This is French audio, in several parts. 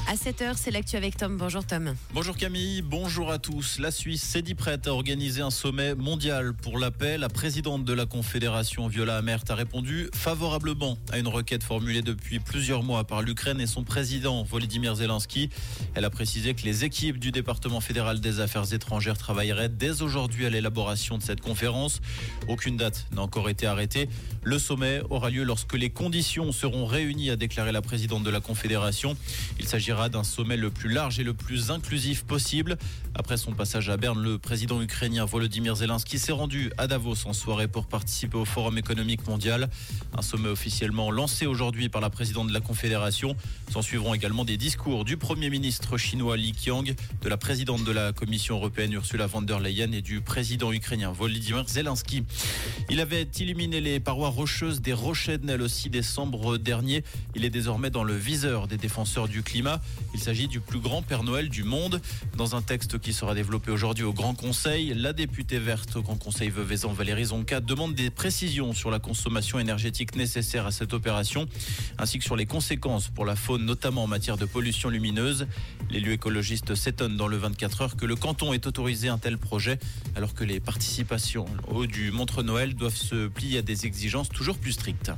À 7h, c'est l'actu avec Tom. Bonjour Tom. Bonjour Camille, bonjour à tous. La Suisse s'est dit prête à organiser un sommet mondial pour la paix. La présidente de la Confédération, Viola Amert, a répondu favorablement à une requête formulée depuis plusieurs mois par l'Ukraine et son président Volodymyr Zelensky. Elle a précisé que les équipes du département fédéral des affaires étrangères travailleraient dès aujourd'hui à l'élaboration de cette conférence. Aucune date n'a encore été arrêtée. Le sommet aura lieu lorsque les conditions seront réunies, a déclaré la présidente de la Confédération. Il s'agira d'un sommet le plus large et le plus inclusif possible. Après son passage à Berne, le président ukrainien Volodymyr Zelensky s'est rendu à Davos en soirée pour participer au Forum économique mondial. Un sommet officiellement lancé aujourd'hui par la présidente de la Confédération. S'en suivront également des discours du premier ministre chinois Li Qiang, de la présidente de la Commission européenne Ursula von der Leyen et du président ukrainien Volodymyr Zelensky. Il avait illuminé les parois rocheuses des Rochers de Naye le 6 décembre dernier. Il est désormais dans le viseur des défenseurs du climat. Il s'agit du plus grand Père Noël du monde. Dans un texte qui sera développé aujourd'hui au Grand Conseil, la députée verte au Grand Conseil Veuvezan, Valérie Zonka, demande des précisions sur la consommation énergétique nécessaire à cette opération, ainsi que sur les conséquences pour la faune, notamment en matière de pollution lumineuse. L'élu écologiste s'étonne dans le 24 heures que le canton ait autorisé un tel projet, alors que les participations du Montre Noël doivent se plier à des exigences toujours plus strictes.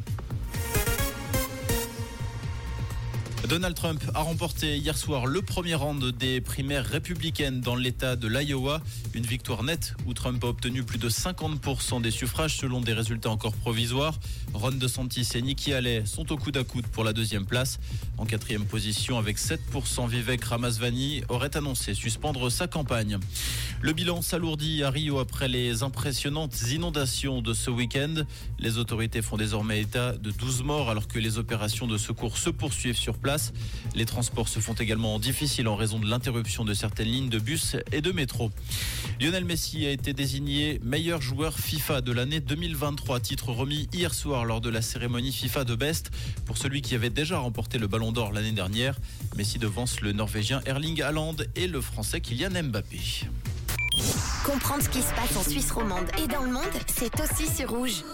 Donald Trump a remporté hier soir le premier round des primaires républicaines dans l'État de l'Iowa. Une victoire nette où Trump a obtenu plus de 50% des suffrages selon des résultats encore provisoires. Ron DeSantis et Nikki Haley sont au coude à coude pour la deuxième place. En quatrième position avec 7%, Vivek Ramaswamy aurait annoncé suspendre sa campagne. Le bilan s'alourdit à Rio après les impressionnantes inondations de ce week-end. Les autorités font désormais état de 12 morts alors que les opérations de secours se poursuivent sur place. Les transports se font également difficiles en raison de l'interruption de certaines lignes de bus et de métro. Lionel Messi a été désigné meilleur joueur FIFA de l'année 2023, titre remis hier soir lors de la cérémonie FIFA de Best pour celui qui avait déjà remporté le Ballon d'Or l'année dernière. Messi devance le Norvégien Erling Haaland et le Français Kylian Mbappé. Comprendre ce qui se passe en Suisse romande et dans le monde, c'est aussi sur Rouge.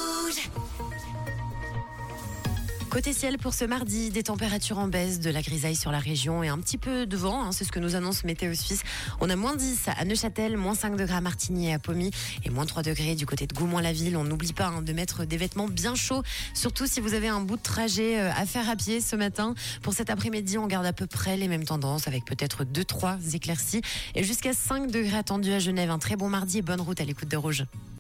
Côté ciel pour ce mardi, des températures en baisse, de la grisaille sur la région et un petit peu de vent, c'est ce que nous annonce Météo Suisse. On a moins 10 à Neuchâtel, moins 5 degrés à Martigny et à Pommy et moins 3 degrés du côté de Gaumont-la-Ville. On n'oublie pas de mettre des vêtements bien chauds, surtout si vous avez un bout de trajet à faire à pied ce matin. Pour cet après-midi, on garde à peu près les mêmes tendances avec peut-être 2-3 éclaircies et jusqu'à 5 degrés attendus à Genève. Un très bon mardi et bonne route à l'écoute de Rouge.